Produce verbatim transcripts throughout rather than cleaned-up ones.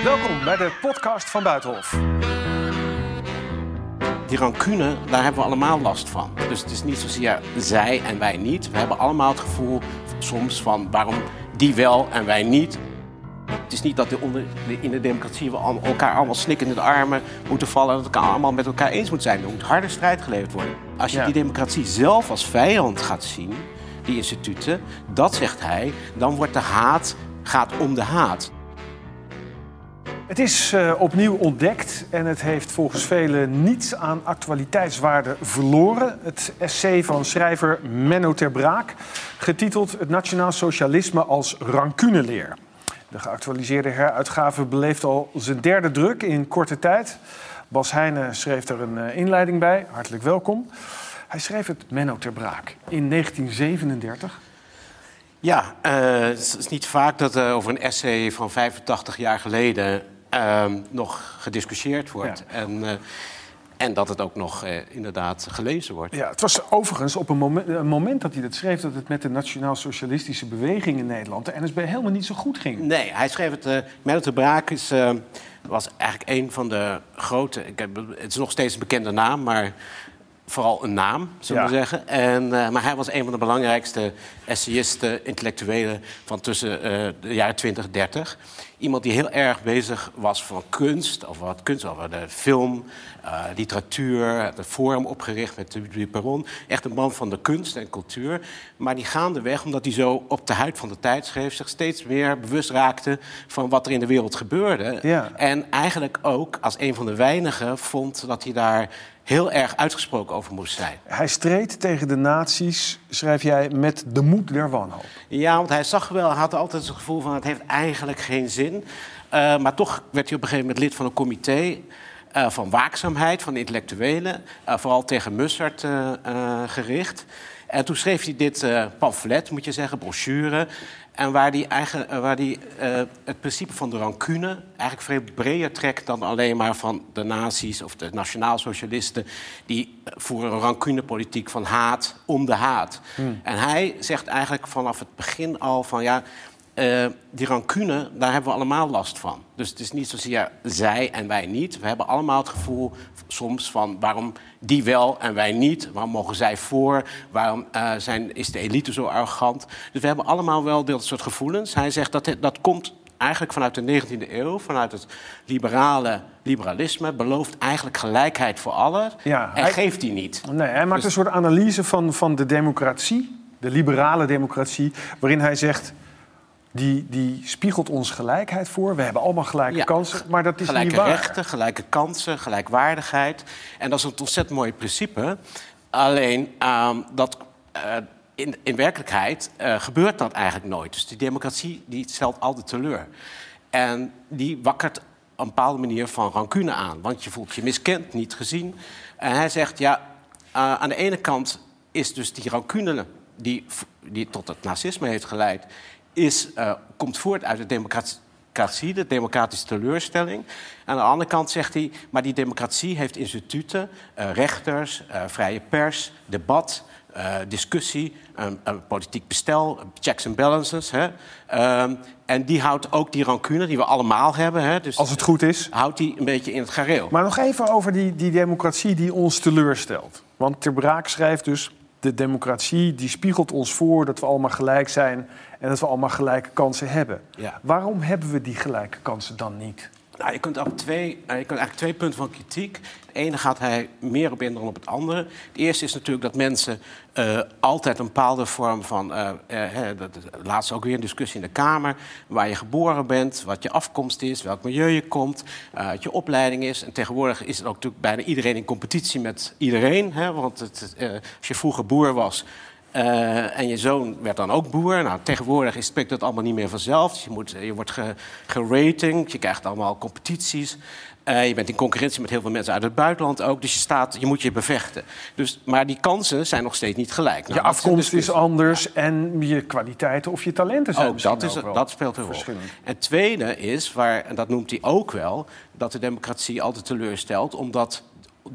Welkom bij de podcast van Buitenhof. Die rancune, daar hebben we allemaal last van. Dus het is niet zozeer zij en wij niet. We hebben allemaal het gevoel soms van waarom die wel en wij niet. Het is niet dat de onder, de, in de democratie we al, elkaar allemaal snikken in de armen moeten vallen. Dat we het allemaal met elkaar eens moeten zijn. Er moet harde strijd geleverd worden. Als je ja. die democratie zelf als vijand gaat zien, die instituten, dat zegt hij, dan wordt de haat, gaat om de haat. Het is uh, opnieuw ontdekt en het heeft volgens velen niets aan actualiteitswaarde verloren. Het essay van schrijver Menno ter Braak, getiteld Het Nationaal Socialisme als rancuneleer. De geactualiseerde heruitgave beleeft al zijn derde druk in korte tijd. Bas Heijnen schreef er een uh, inleiding bij. Hartelijk welkom. Hij schreef het Menno ter Braak in negentien zevenendertig. Ja, uh, het is niet vaak dat uh, over een essay van vijfentachtig jaar geleden uh, nog gediscussieerd wordt. Ja. En, uh, en dat het ook nog uh, inderdaad gelezen wordt. Ja, het was overigens op een moment, een moment dat hij dat schreef, dat het met de nationaal-socialistische beweging in Nederland, de N S B, helemaal niet zo goed ging. Nee, hij schreef het. Uh, Menno ter Braak is, uh, was eigenlijk een van de grote. Ik heb, het is nog steeds een bekende naam, maar vooral een naam, zullen we ja. zeggen. En, uh, maar hij was een van de belangrijkste essayisten, intellectuelen van tussen uh, de jaren twintig en dertig. Iemand die heel erg bezig was van kunst, over wat kunst, over de film, uh, literatuur, het Forum opgericht met Louis Perron. Echt een man van de kunst en cultuur. Maar die gaandeweg, omdat hij zo op de huid van de tijd schreef, zich steeds meer bewust raakte van wat er in de wereld gebeurde. Ja. En eigenlijk ook als een van de weinigen vond dat hij daar heel erg uitgesproken over moest zijn. Hij streed tegen de nazi's, schrijf jij, met de moed der wanhoop. Ja, want hij zag wel, hij had altijd het gevoel van het heeft eigenlijk geen zin. Uh, maar toch werd hij op een gegeven moment lid van een comité uh, van waakzaamheid, van de intellectuelen. Uh, vooral tegen Mussert uh, uh, gericht. En toen schreef hij dit uh, pamflet, moet je zeggen, brochure. En waar hij eigen, waar die, uh, het principe van de rancune eigenlijk veel breder trekt dan alleen maar van de nazi's of de nationaalsocialisten. Die voeren een rancunepolitiek van haat om de haat. Hmm. En hij zegt eigenlijk vanaf het begin al van ja, uh, die rancune, daar hebben we allemaal last van. Dus het is niet zozeer zij en wij niet. We hebben allemaal het gevoel soms van waarom die wel en wij niet. Waarom mogen zij voor? Waarom uh, zijn, is de elite zo arrogant? Dus we hebben allemaal wel dit soort gevoelens. Hij zegt dat dat komt eigenlijk vanuit de negentiende eeuw, vanuit het liberale liberalisme, belooft eigenlijk gelijkheid voor allen ja, en hij, geeft die niet. Nee, hij maakt dus een soort analyse van, van de democratie, de liberale democratie, waarin hij zegt, Die, die spiegelt ons gelijkheid voor. We hebben allemaal gelijke ja, kansen, maar dat is gelijke niet waar. Gelijke rechten, gelijke kansen, gelijkwaardigheid. En dat is een ontzettend mooi principe. Alleen, um, dat, uh, in, in werkelijkheid uh, gebeurt dat eigenlijk nooit. Dus die democratie die stelt altijd teleur. En die wakkert op een bepaalde manier van rancune aan. Want je voelt je miskend, niet gezien. En hij zegt, ja, uh, aan de ene kant is dus die rancune die, die tot het nazisme heeft geleid, Is, uh, komt voort uit de democratie, de democratische teleurstelling. Aan de andere kant zegt hij, maar die democratie heeft instituten, uh, rechters, uh, vrije pers, debat, uh, discussie, um, uh, politiek bestel, checks and balances. Hè. Um, en die houdt ook die rancune die we allemaal hebben. Hè, dus als het goed is. Houdt die een beetje in het gareel. Maar nog even over die, die democratie die ons teleurstelt. Want ter Braak schrijft dus, de democratie die spiegelt ons voor dat we allemaal gelijk zijn en dat we allemaal gelijke kansen hebben. Ja. Waarom hebben we die gelijke kansen dan niet? Nou, je kunt ook twee, je kunt eigenlijk twee punten van kritiek. De ene gaat hij meer op in dan op het andere. Het eerste is natuurlijk dat mensen uh, altijd een bepaalde vorm van, Uh, uh, dat, laatst ook weer een discussie in de Kamer, waar je geboren bent, wat je afkomst is, welk milieu je komt, uh, wat je opleiding is. En tegenwoordig is het ook natuurlijk bijna iedereen in competitie met iedereen. Hè, want het, uh, als je vroeger boer was, Uh, en je zoon werd dan ook boer. Nou, tegenwoordig is, spreekt dat allemaal niet meer vanzelf. Dus je, moet, je wordt gerating, je krijgt allemaal competities. Uh, je bent in concurrentie met heel veel mensen uit het buitenland ook. Dus je, staat, je moet je bevechten. Dus, maar die kansen zijn nog steeds niet gelijk. Nou, je afkomst is anders ja. en je kwaliteiten of je talenten zijn ook, dat, is, ook wel dat speelt een rol. En het tweede is, waar, en dat noemt hij ook wel, dat de democratie altijd teleurstelt, omdat de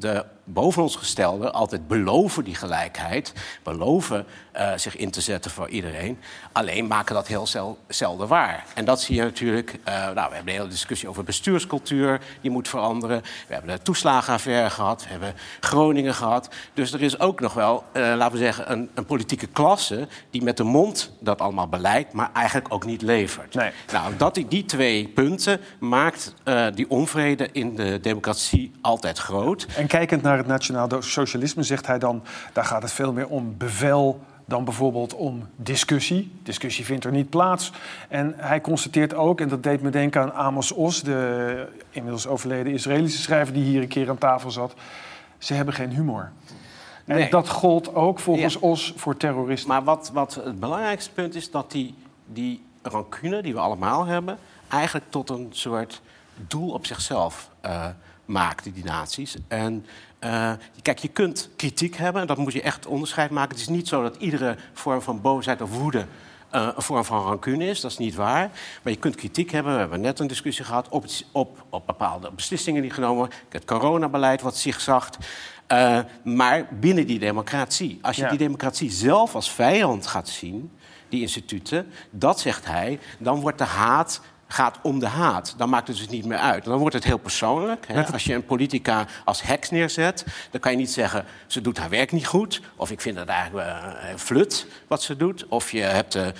boven ons gestelden altijd beloven die gelijkheid, beloven uh, zich in te zetten voor iedereen, alleen maken dat heel zel, zelden waar. En dat zie je natuurlijk, uh, nou, we hebben een hele discussie over bestuurscultuur, die moet veranderen. We hebben de toeslagenaffaire gehad, we hebben Groningen gehad. Dus er is ook nog wel, uh, laten we zeggen, een, een politieke klasse die met de mond dat allemaal beleidt, maar eigenlijk ook niet levert. Nee. Nou, dat, die twee punten maakt uh, die onvrede in de democratie altijd groot. En kijkend naar het nationaal socialisme zegt hij dan, daar gaat het veel meer om bevel dan bijvoorbeeld om discussie. Discussie vindt er niet plaats. En hij constateert ook, en dat deed me denken aan Amos Oz, de inmiddels overleden Israëlische schrijver die hier een keer aan tafel zat. Ze hebben geen humor. En nee. dat gold ook volgens ja. Oz voor terroristen. Maar wat, wat het belangrijkste punt is, dat die, die rancune die we allemaal hebben, eigenlijk tot een soort doel op zichzelf uh, maakt, die naties. En uh, kijk, je kunt kritiek hebben, en dat moet je echt onderscheid maken. Het is niet zo dat iedere vorm van boosheid of woede Uh, een vorm van rancune is, dat is niet waar. Maar je kunt kritiek hebben, we hebben net een discussie gehad op, op, op bepaalde beslissingen die genomen worden. Het coronabeleid wat zigzacht. Uh, maar binnen die democratie. Als je ja. die democratie zelf als vijand gaat zien, die instituten, dat zegt hij, dan wordt de haat gaat om de haat. Dan maakt het dus niet meer uit. Dan wordt het heel persoonlijk. Hè? Als je een politica als heks neerzet, dan kan je niet zeggen, ze doet haar werk niet goed, of ik vind het eigenlijk uh, flut wat ze doet, of je hebt uh,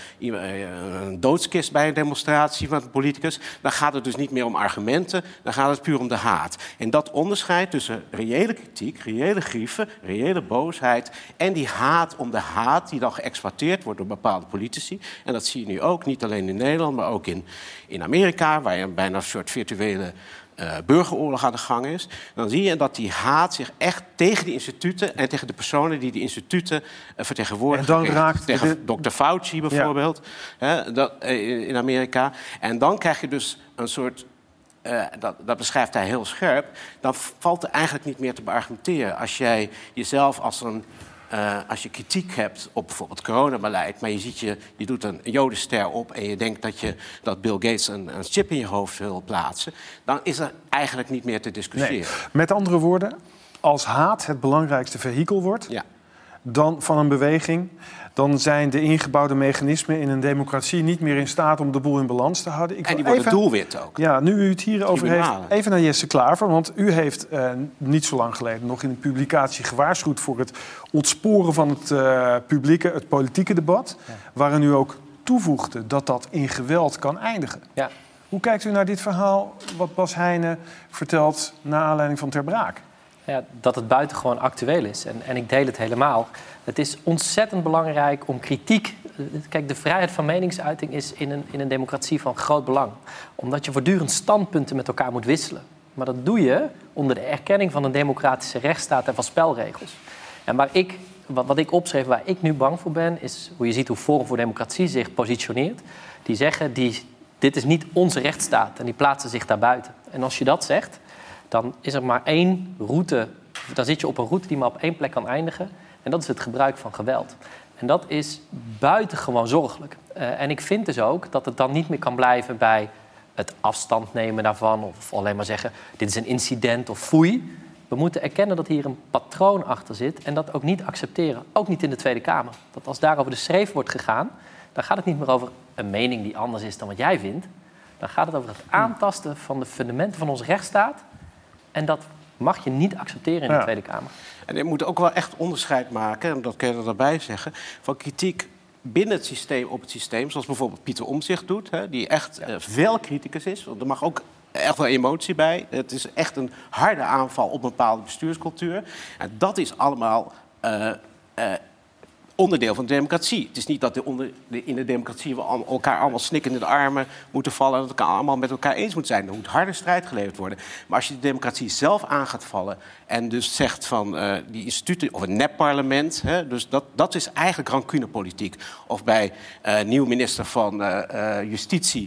een doodskist bij een demonstratie van een politicus. Dan gaat het dus niet meer om argumenten, dan gaat het puur om de haat. En dat onderscheid tussen reële kritiek, reële grieven, reële boosheid en die haat om de haat die dan geëxploiteerd wordt door bepaalde politici. En dat zie je nu ook, niet alleen in Nederland, maar ook in In Amerika, waar je bijna een soort virtuele uh, burgeroorlog aan de gang is, dan zie je dat die haat zich echt tegen die instituten en tegen de personen die die instituten uh, vertegenwoordigen. En dan raakt tegen de... dokter Fauci bijvoorbeeld, ja. hè, dat, uh, in Amerika. En dan krijg je dus een soort, uh, dat, dat beschrijft hij heel scherp, dan valt er eigenlijk niet meer te beargumenteren. Als jij jezelf als een Uh, als je kritiek hebt op bijvoorbeeld coronabeleid, maar je ziet je, je doet een jodenster op en je denkt dat, je, dat Bill Gates een, een chip in je hoofd wil plaatsen, dan is er eigenlijk niet meer te discussiëren. Nee. Met andere woorden, als haat het belangrijkste vehikel wordt, ja. dan van een beweging, dan zijn de ingebouwde mechanismen in een democratie niet meer in staat om de boel in balans te houden. Ik en die worden even, doelwit ook. Ja, nu u het hierover heeft, even naar Jesse Klaver. Want u heeft uh, niet zo lang geleden nog in een publicatie gewaarschuwd voor het ontsporen van het uh, publieke, het politieke debat. Ja. Waarin u ook toevoegde dat dat in geweld kan eindigen. Ja. Hoe kijkt u naar dit verhaal wat Bas Heijnen vertelt naar aanleiding van Ter Braak? Ja, dat het buitengewoon actueel is. En, en ik deel het helemaal. Het is ontzettend belangrijk om kritiek... Kijk, de vrijheid van meningsuiting is in een, in een democratie van groot belang. Omdat je voortdurend standpunten met elkaar moet wisselen. Maar dat doe je onder de erkenning van een democratische rechtsstaat en van spelregels. En waar ik, wat, wat ik opschreef, waar ik nu bang voor ben, is hoe je ziet hoe Forum voor Democratie zich positioneert. Die zeggen, die, dit is niet onze rechtsstaat en die plaatsen zich daarbuiten. En als je dat zegt, dan is er maar één route. Dan zit je op een route die maar op één plek kan eindigen. En dat is het gebruik van geweld. En dat is buitengewoon zorgelijk. Uh, en ik vind dus ook dat het dan niet meer kan blijven bij het afstand nemen daarvan. Of alleen maar zeggen, dit is een incident of foei. We moeten erkennen dat hier een patroon achter zit. En dat ook niet accepteren. Ook niet in de Tweede Kamer. Dat als daarover de schreef wordt gegaan, dan gaat het niet meer over een mening die anders is dan wat jij vindt. Dan gaat het over het aantasten van de fundamenten van onze rechtsstaat. En dat mag je niet accepteren in de ja. Tweede Kamer. En je moet ook wel echt onderscheid maken, en dat kun je er daarbij zeggen, van kritiek binnen het systeem op het systeem, zoals bijvoorbeeld Pieter Omtzigt doet, hè, die echt ja. uh, veel criticus is. Want er mag ook echt wel emotie bij. Het is echt een harde aanval op een bepaalde bestuurscultuur. En dat is allemaal Uh, uh, onderdeel van de democratie. Het is niet dat de onder, de, in de democratie we al, elkaar allemaal snikkend in de armen moeten vallen en dat het allemaal met elkaar eens moet zijn. Er moet harde strijd geleverd worden. Maar als je de democratie zelf aan gaat vallen en dus zegt van uh, die instituten, of een nepparlement, hè, dus dat, dat is eigenlijk rancunepolitiek. Of bij uh, nieuw minister van uh, uh, Justitie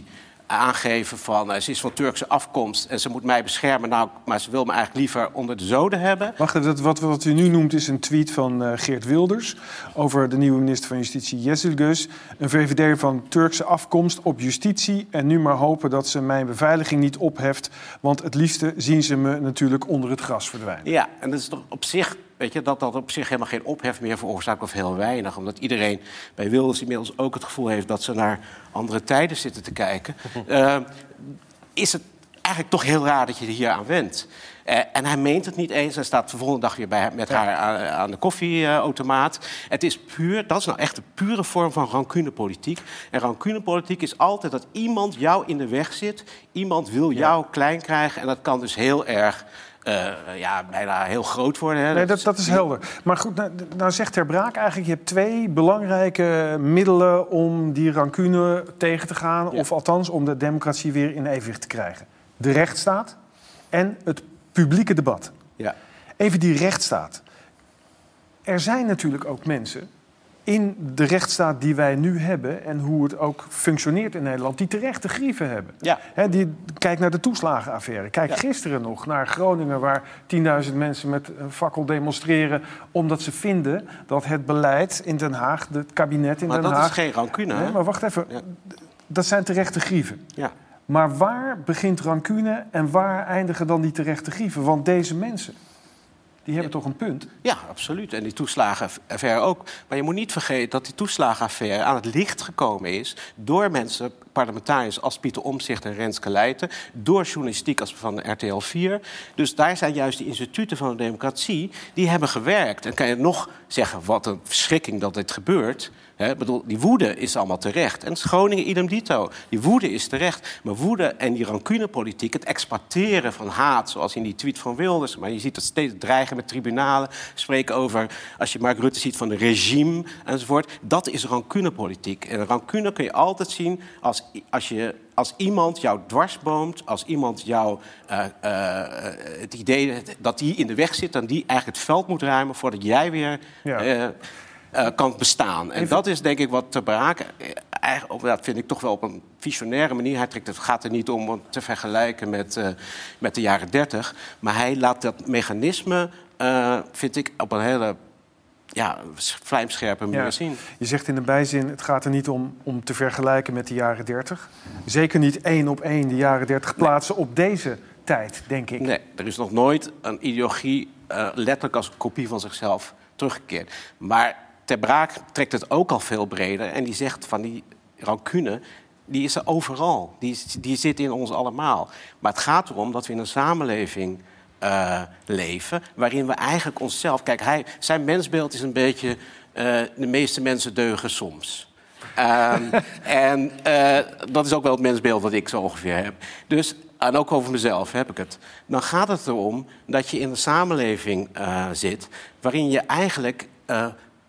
aangeven van uh, ze is van Turkse afkomst en ze moet mij beschermen. Nou, maar ze wil me eigenlijk liever onder de zoden hebben. Wacht even, wat, wat u nu noemt is een tweet van uh, Geert Wilders over de nieuwe minister van Justitie Yezilgöz. Een V V D'er van Turkse afkomst op justitie en nu maar hopen dat ze mijn beveiliging niet opheft, want het liefste zien ze me natuurlijk onder het gras verdwijnen. Ja, en dat is toch op zich, weet je, dat dat op zich helemaal geen ophef meer veroorzaakt of heel weinig. Omdat iedereen bij Wilders inmiddels ook het gevoel heeft dat ze naar andere tijden zitten te kijken. Uh, is het eigenlijk toch heel raar dat je er hier aan wendt. Uh, en hij meent het niet eens. Hij staat de volgende dag weer bij, met haar aan, aan de koffieautomaat. Het is puur, dat is nou echt de pure vorm van rancunepolitiek. En rancunepolitiek is altijd dat iemand jou in de weg zit. Iemand wil jou ja. klein krijgen. En dat kan dus heel erg... Uh, ja, bijna heel groot worden. Hè. Nee, dat, dat is helder. Maar goed, nou, nou zegt Ter Braak eigenlijk... je hebt twee belangrijke middelen om die rancune tegen te gaan... Ja. Of althans om de democratie weer in evenwicht te krijgen. De rechtsstaat en het publieke debat. Ja. Even die rechtsstaat. Er zijn natuurlijk ook mensen... in de rechtsstaat die wij nu hebben... en hoe het ook functioneert in Nederland... die terecht de grieven hebben. Ja. He, die, kijk naar de toeslagenaffaire. Kijk ja. gisteren nog naar Groningen... waar tienduizend mensen met een fakkel demonstreren... omdat ze vinden dat het beleid in Den Haag... het kabinet in maar Den Haag... Maar dat is geen rancune, hè? Nee, maar wacht even. Ja. Dat zijn terechte grieven. Ja. Maar waar begint rancune en waar eindigen dan die terechte grieven? Want deze mensen... die hebben ja. toch een punt? Ja, absoluut. En die toeslagenaffaire ook. Maar je moet niet vergeten dat die toeslagenaffaire aan het licht gekomen is... door mensen, parlementariërs als Pieter Omtzigt en Renske Leijten... door journalistiek als van R T L vier. Dus daar zijn juist die instituten van de democratie... die hebben gewerkt. En kan je nog zeggen, wat een verschrikking dat dit gebeurt... He, bedoel, die woede is allemaal terecht. En Groningen idem dito. Die woede is terecht. Maar woede en die rancunepolitiek, het exporteren van haat... zoals in die tweet van Wilders... maar je ziet het steeds dreigen met tribunalen... spreken over, als je Mark Rutte ziet, van een regime enzovoort... dat is rancunepolitiek. En rancune kun je altijd zien als, als, je, als iemand jou dwarsboomt... als iemand jou uh, uh, het idee dat die in de weg zit... en die eigenlijk het veld moet ruimen voordat jij weer... Ja. Uh, Uh, kan bestaan. En Even... dat is denk ik wat Ter Braak... Eigenlijk, dat vind ik toch wel op een visionaire manier. Hij trekt, het gaat er niet om om te vergelijken met, uh, met de jaren dertig. Maar hij laat dat mechanisme, uh, vind ik, op een hele... ja, vlijmscherpe manier ja. zien. Je zegt in de bijzin, het gaat er niet om om te vergelijken met de jaren dertig. Zeker niet één op één de jaren dertig plaatsen nee. op deze tijd, denk ik. Nee, er is nog nooit een ideologie uh, letterlijk als een kopie van zichzelf teruggekeerd. Maar Ter Braak trekt het ook al veel breder en die zegt van die rancune, die is er overal. Die, is, die zit in ons allemaal. Maar het gaat erom dat we in een samenleving uh, leven waarin we eigenlijk onszelf... Kijk, hij, zijn mensbeeld is een beetje... Uh, de meeste mensen deugen soms. Um, en uh, dat is ook wel het mensbeeld wat ik zo ongeveer heb. Dus, en ook over mezelf heb ik het. Dan gaat het erom dat je in een samenleving uh, zit waarin je eigenlijk... Uh,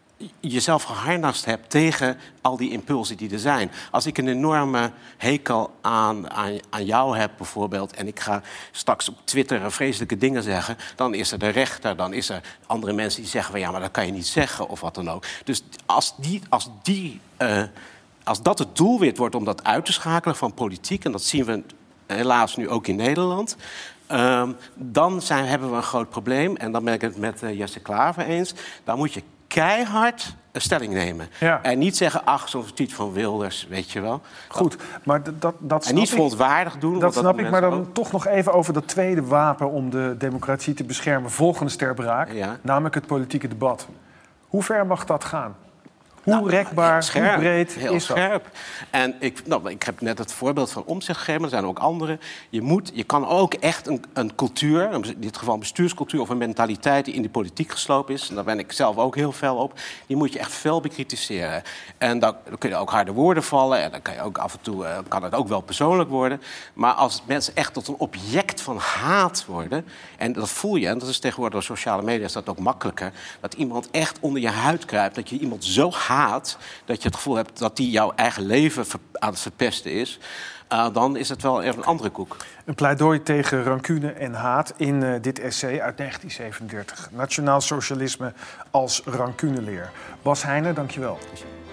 jezelf geharnast hebt tegen al die impulsen die er zijn. Als ik een enorme hekel aan, aan, aan jou heb bijvoorbeeld... en ik ga straks op Twitter vreselijke dingen zeggen... dan is er de rechter, dan is er andere mensen die zeggen... ja, maar dat kan je niet zeggen of wat dan ook. Dus als, die, als, die, uh, als dat het doelwit wordt om dat uit te schakelen van politiek... en dat zien we helaas nu ook in Nederland... Um, dan zijn, hebben we een groot probleem. En dan ben ik het met uh, Jesse Klaver eens. Dan moet je keihard een stelling nemen. Ja. En niet zeggen, ach, zo'n tweet van Wilders, weet je wel. Goed, maar dat, dat snap En niet ik. verontwaardigd doen. Dat snap dat ik, maar dan ook... toch nog even over dat tweede wapen... om de democratie te beschermen volgens Ter Braak. Ja. Namelijk het politieke debat. Hoe ver mag dat gaan? Hoe nou, rekbaar, scherp, hoe breed heel is dat? Scherp. En ik, nou, ik heb net het voorbeeld van Omtzigt gegeven, er zijn ook andere. Je, moet, je kan ook echt een, een cultuur, in dit geval een bestuurscultuur... of een mentaliteit die in de politiek geslopen is... en daar ben ik zelf ook heel fel op... die moet je echt fel bekritiseren. En dan, dan kun je ook harde woorden vallen... en dan kan je ook af en toe uh, kan het ook wel persoonlijk worden. Maar als mensen echt tot een object van haat worden... en dat voel je, en dat is tegenwoordig door sociale media... is dat ook makkelijker, dat iemand echt onder je huid kruipt... dat je iemand zo haat... dat je het gevoel hebt dat die jouw eigen leven aan het verpesten is... Uh, dan is het wel even een andere koek. Een pleidooi tegen rancune en haat in uh, dit essay uit negentien zevenendertig. Nationaal socialisme als rancuneleer. Bas Heijnen, dank je wel.